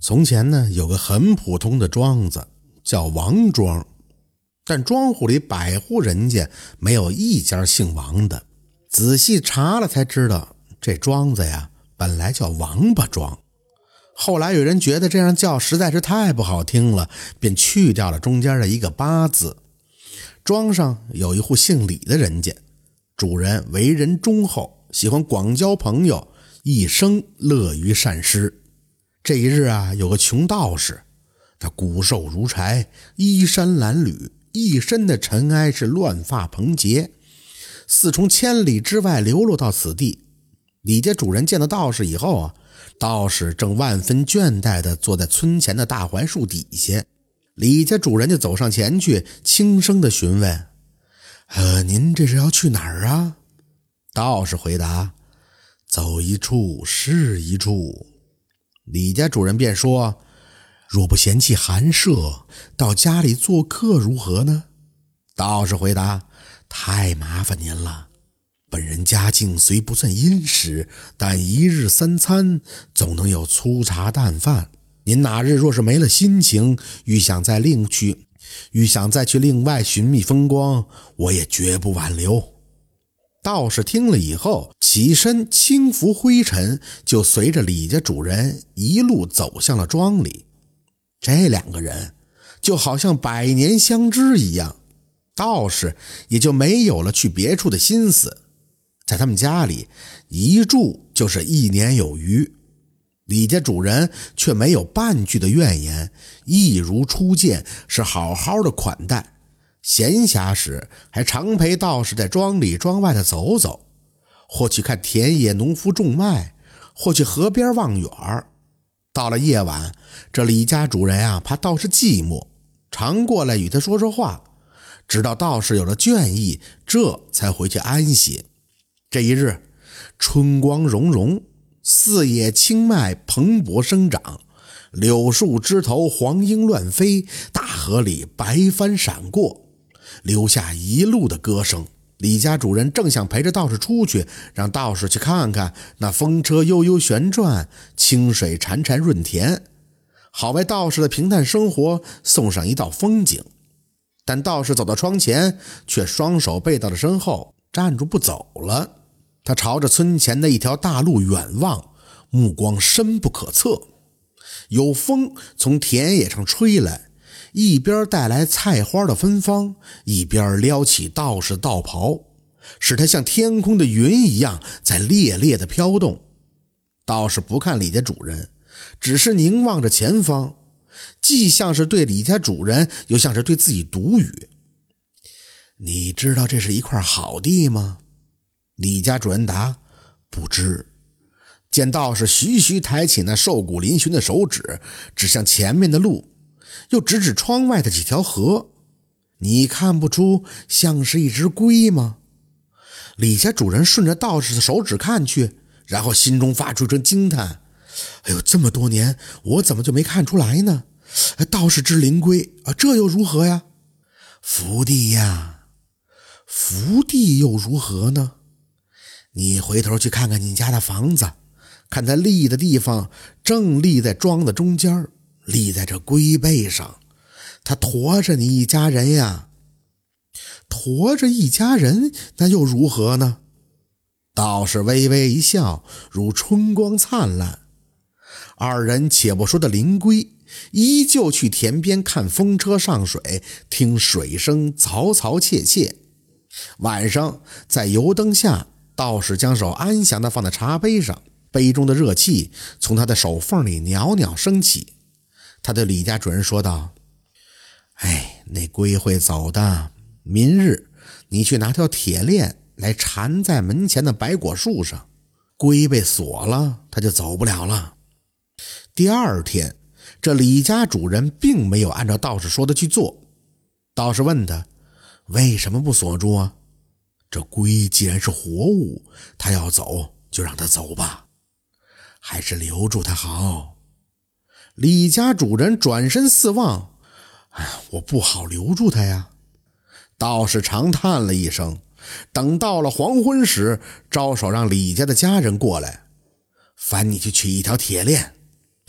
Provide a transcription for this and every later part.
从前呢，有个很普通的庄子，叫王庄，但庄户里100户人家没有一家姓王的。仔细查了才知道，这庄子呀，本来叫王八庄。后来有人觉得这样叫实在是太不好听了，便去掉了中间的一个八字。庄上有一户姓李的人家，主人为人忠厚，喜欢广交朋友，一生乐于善施。这一日啊，有个穷道士，他骨瘦如柴，衣衫褴褛，一身的尘埃，是乱发蓬结，似从千里之外流落到此地。李家主人见到道士以后啊，道士正万分倦怠地坐在村前的大槐树底下。李家主人就走上前去，轻声地询问：您这是要去哪儿啊？道士回答：走一处是一处。李家主人便说：若不嫌弃寒舍，到家里做客如何呢？道士回答：太麻烦您了，本人家境虽不算殷实，但一日3餐总能有粗茶淡饭。您哪日若是没了心情，欲想再去另外寻觅风光，我也绝不挽留。道士听了以后，起身轻拂灰尘，就随着李家主人一路走向了庄里。这2个人就好像100年相知一样，道士也就没有了去别处的心思，在他们家里一住就是1年有余。李家主人却没有半句的怨言，一如初见，是好好的款待。闲暇时还常陪道士在庄里庄外的走走，或去看田野农夫种麦，或去河边望远。到了夜晚，这李家主人啊，怕道士寂寞，常过来与他说说话，直到道士有了倦意，这才回去安歇。这一日，春光融融，四野青麦蓬勃生长，柳树枝头黄莺乱飞，大河里白帆闪过，留下一路的歌声。李家主人正想陪着道士出去，让道士去看看那风车悠悠旋转，清水潺潺润田，好为道士的平淡生活送上一道风景。但道士走到窗前，却双手背到了身后，站住不走了。他朝着村前的一条大路远望，目光深不可测。有风从田野上吹来，一边带来菜花的芬芳，一边撩起道士道袍，使他像天空的云一样在烈烈地飘动。道士不看李家主人，只是凝望着前方，既像是对李家主人，又像是对自己独语：你知道这是一块好地吗？李家主人答：不知。见道士徐徐抬起那瘦骨嶙峋的手指，指向前面的路，又指指窗外的几条河：你看不出像是一只龟吗？李家主人顺着道士的手指看去，然后心中发出一声惊叹：哎呦，这么多年我怎么就没看出来呢？道士之灵龟啊，这又如何呀？福地呀，福地又如何呢？你回头去看看你家的房子，看它立的地方正立在庄的中间，立在这龟背上，它驮着你一家人呀。驮着一家人，那又如何呢？道士微微一笑，如春光灿烂。二人且不说的灵龟，依旧去田边看风车上水，听水声嘈嘈切切。晚上在油灯下，道士将手安详地放在茶杯上，杯中的热气从他的手缝里袅袅升起。他对李家主人说道：那龟会走的，明日你去拿条铁链来缠在门前的白果树上，龟被锁了，他就走不了了。第二天，这李家主人并没有按照道士说的去做。道士问他：为什么不锁住啊？这龟既然是活物，它要走就让它走吧，还是留住它好。李家主人转身四望：我不好留住它呀。道士长叹了一声，等到了黄昏时，招手让李家的家人过来：烦你去取一条铁链。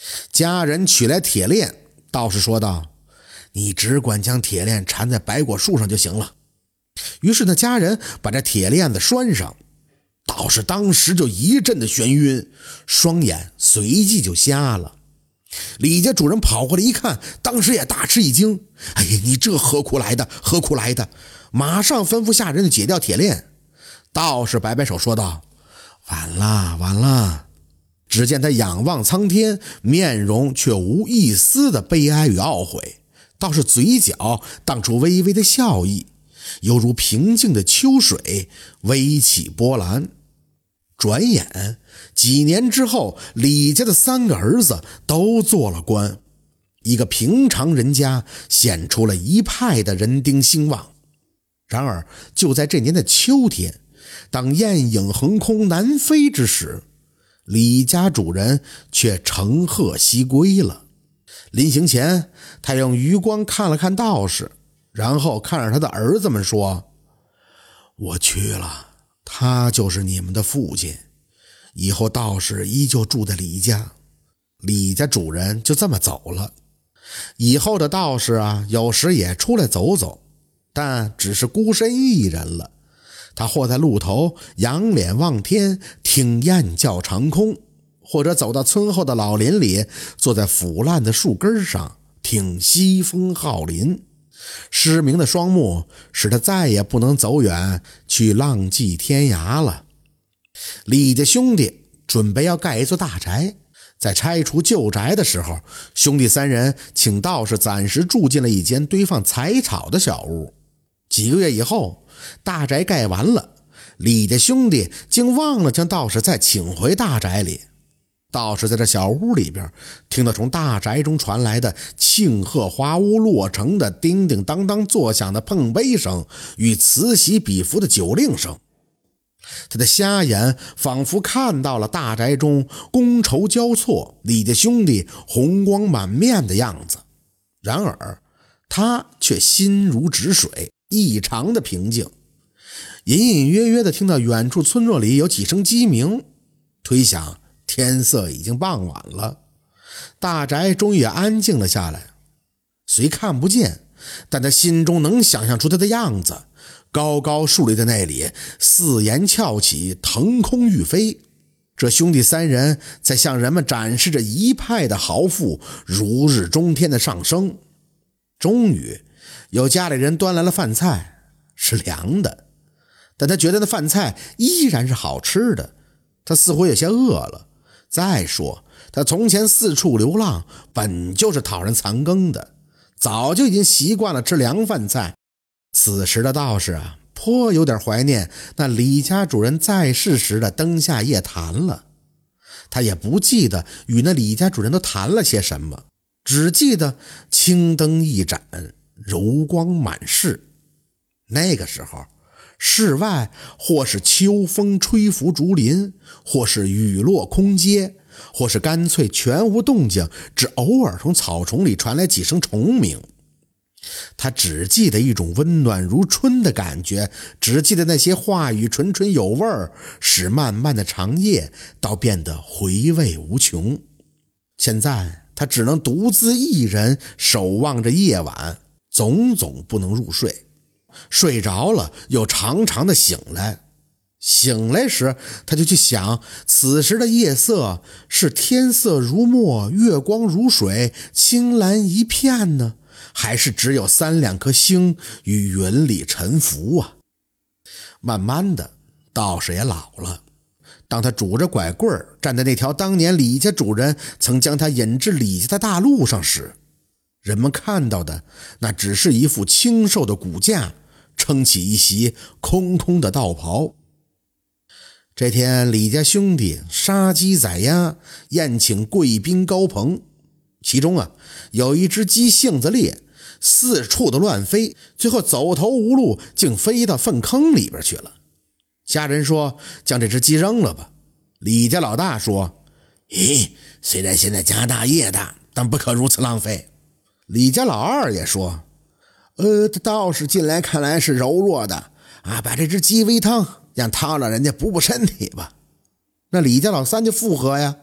家人取来铁链，道士说道：“你只管将铁链缠在白果树上就行了。”于是那家人把这铁链子拴上，道士当时就一阵的眩晕，双眼随即就瞎了。李家主人跑过来一看，当时也大吃一惊：“哎呀，你这何苦来的？何苦来的？”马上吩咐下人就解掉铁链。道士摆摆手说道：“晚了，晚了。”只见他仰望苍天，面容却无一丝的悲哀与懊悔，倒是嘴角荡出微微的笑意，犹如平静的秋水微起波澜。转眼几年之后，李家的3个儿子都做了官，一个平常人家显出了一派的人丁兴旺。然而就在这年的秋天，当雁影横空南飞之时，李家主人却乘鹤西归了。临行前，他用余光看了看道士，然后看着他的儿子们说：“我去了，他就是你们的父亲，以后道士依旧住在李家。”李家主人就这么走了。以后的道士啊，有时也出来走走，但只是孤身一人了。他或在路头仰脸望天听雁叫长空，或者走到村后的老林里，坐在腐烂的树根上听西风号林。失明的双目使他再也不能走远去浪迹天涯了。李家兄弟准备要盖一座大宅，在拆除旧宅的时候，兄弟3人请道士暂时住进了一间堆放柴草的小屋。几个月以后，大宅盖完了，李家兄弟竟忘了将道士再请回大宅里。道士在这小屋里边听到从大宅中传来的庆贺华屋落成的叮叮当当作响的碰杯声与此起彼伏的酒令声。他的瞎眼仿佛看到了大宅中觥筹交错，李家兄弟红光满面的样子。然而他却心如止水，异常的平静。隐隐约约地听到远处村落里有几声鸡鸣，推想天色已经傍晚了，大宅终于也安静了下来。虽看不见，但他心中能想象出他的样子，高高竖立在那里，四檐翘起，腾空欲飞。这兄弟3人在向人们展示着一派的豪富，如日中天的上升。终于有家里人端来了饭菜，是凉的，但他觉得那饭菜依然是好吃的，他似乎有些饿了。再说他从前四处流浪，本就是讨人残羹的，早就已经习惯了吃凉饭菜。此时的道士啊，颇有点怀念那李家主人在世时的灯下夜谈了。他也不记得与那李家主人都谈了些什么，只记得青灯一盏，柔光满室。那个时候室外或是秋风吹拂竹林，或是雨落空阶，或是干脆全无动静，只偶尔从草丛里传来几声虫鸣。他只记得一种温暖如春的感觉，只记得那些话语纯纯有味儿，使漫漫的长夜倒变得回味无穷。现在他只能独自一人守望着夜晚，总不能入睡。睡着了又长长的醒来，醒来时他就去想，此时的夜色是天色如墨，月光如水，青蓝一片呢，还是只有3-2颗星与云里沉浮啊？慢慢的，道士也老了。当他拄着拐棍站在那条当年李家主人曾将他引至李家的大路上时，人们看到的那只是一副清瘦的骨架，撑起一袭空空的道袍。这天李家兄弟杀鸡宰鸭，宴请贵宾高朋，其中啊有一只鸡性子烈，四处的乱飞，最后走投无路，竟飞到粪坑里边去了。家人说将这只鸡扔了吧。李家老大说：“咦，虽然现在家大业大，但不可如此浪费。”李家老二也说：“道士近来看来是柔弱的啊，把这只鸡煨汤，让汤了人家补补身体吧。”那李家老三就附和呀：“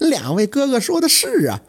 两位哥哥说的是啊。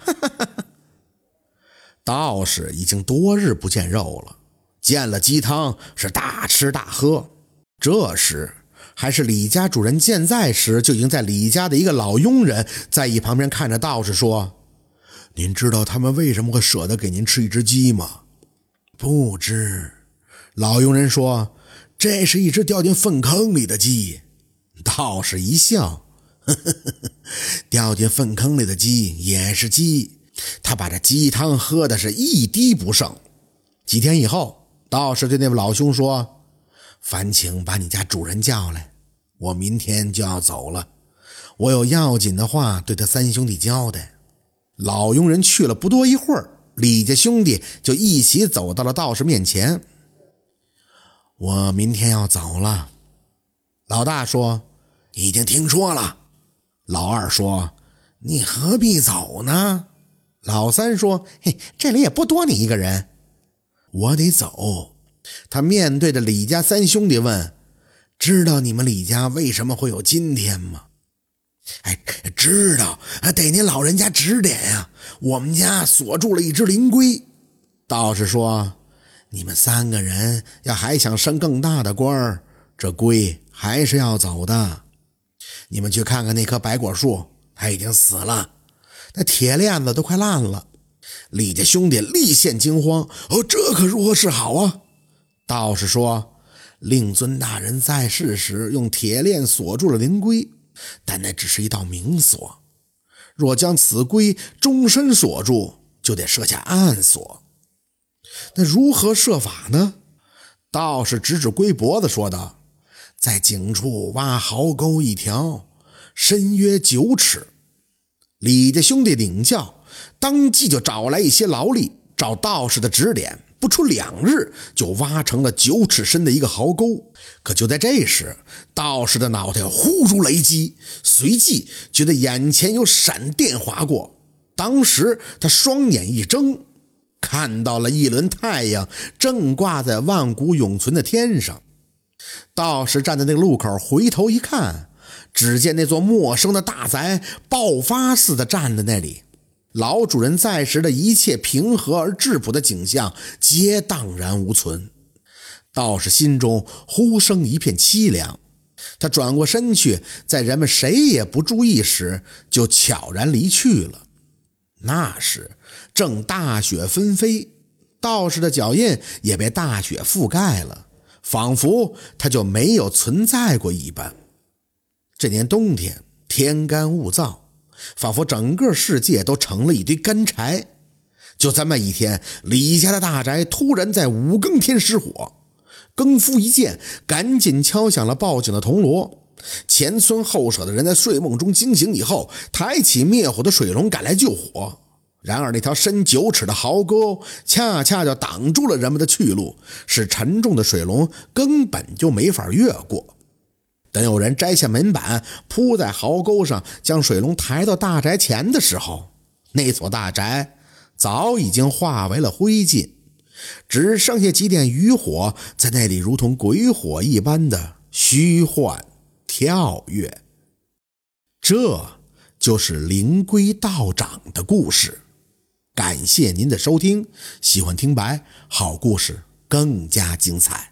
道士已经多日不见肉了，见了鸡汤是大吃大喝。这时还是李家主人健在时，就已经在李家的一个老佣人在一旁边看着道士说：您知道他们为什么会舍得给您吃一只鸡吗？不知。老佣人说：这是一只掉进粪坑里的鸡。道士一笑：呵呵呵，掉进粪坑里的鸡也是鸡，他把这鸡汤喝的是一滴不剩。几天以后，道士对那位老兄说：烦请把你家主人叫来，我明天就要走了，我有要紧的话对他三兄弟交代。老佣人去了不多一会儿，李家兄弟就一起走到了道士面前。我明天要走了。老大说：已经听说了。老二说：你何必走呢？老三说：嘿，这里也不多你一个人。我得走。他面对着李家三兄弟问：知道你们李家为什么会有今天吗？知道，得您老人家指点呀。我们家锁住了一只灵龟。道士说：你们三个人要还想升更大的官，这龟还是要走的。你们去看看那棵白果树，它已经死了，那铁链子都快烂了。李家兄弟立现惊慌：这可如何是好啊？道士说：令尊大人在世时用铁链锁住了灵龟，但那只是一道明锁，若将此龟终身锁住，就得设下暗锁。那如何设法呢？道士指指龟脖子说道：在颈处挖壕沟一条，深约9尺。李家兄弟领教，当即就找来一些劳力，照道士的指点，不出2日就挖成了9尺深的一个壕沟。可就在这时，道士的脑袋忽如雷击，随即觉得眼前有闪电划过。当时他双眼一睁，看到了一轮太阳正挂在万古永存的天上。道士站在那个路口，回头一看，只见那座陌生的大宅爆发似的站在那里，老主人在时的一切平和而质朴的景象皆荡然无存。道士心中忽生一片凄凉，他转过身去，在人们谁也不注意时就悄然离去了。那时正大雪纷飞，道士的脚印也被大雪覆盖了，仿佛他就没有存在过一般。这年冬天天干物燥，仿佛整个世界都成了一堆干柴。就这么一天，李家的大宅突然在5更天失火。更夫一见，赶紧敲响了报警的铜锣。前村后舍的人在睡梦中惊醒以后，抬起灭火的水龙赶来救火。然而那条深9尺的壕沟恰恰就挡住了人们的去路，使沉重的水龙根本就没法越过。等有人摘下门板铺在壕沟上，将水龙抬到大宅前的时候，那所大宅早已经化为了灰烬，只剩下几点余火在那里如同鬼火一般的虚幻跳跃。这就是灵龟道长的故事。感谢您的收听，喜欢听白，好故事更加精彩。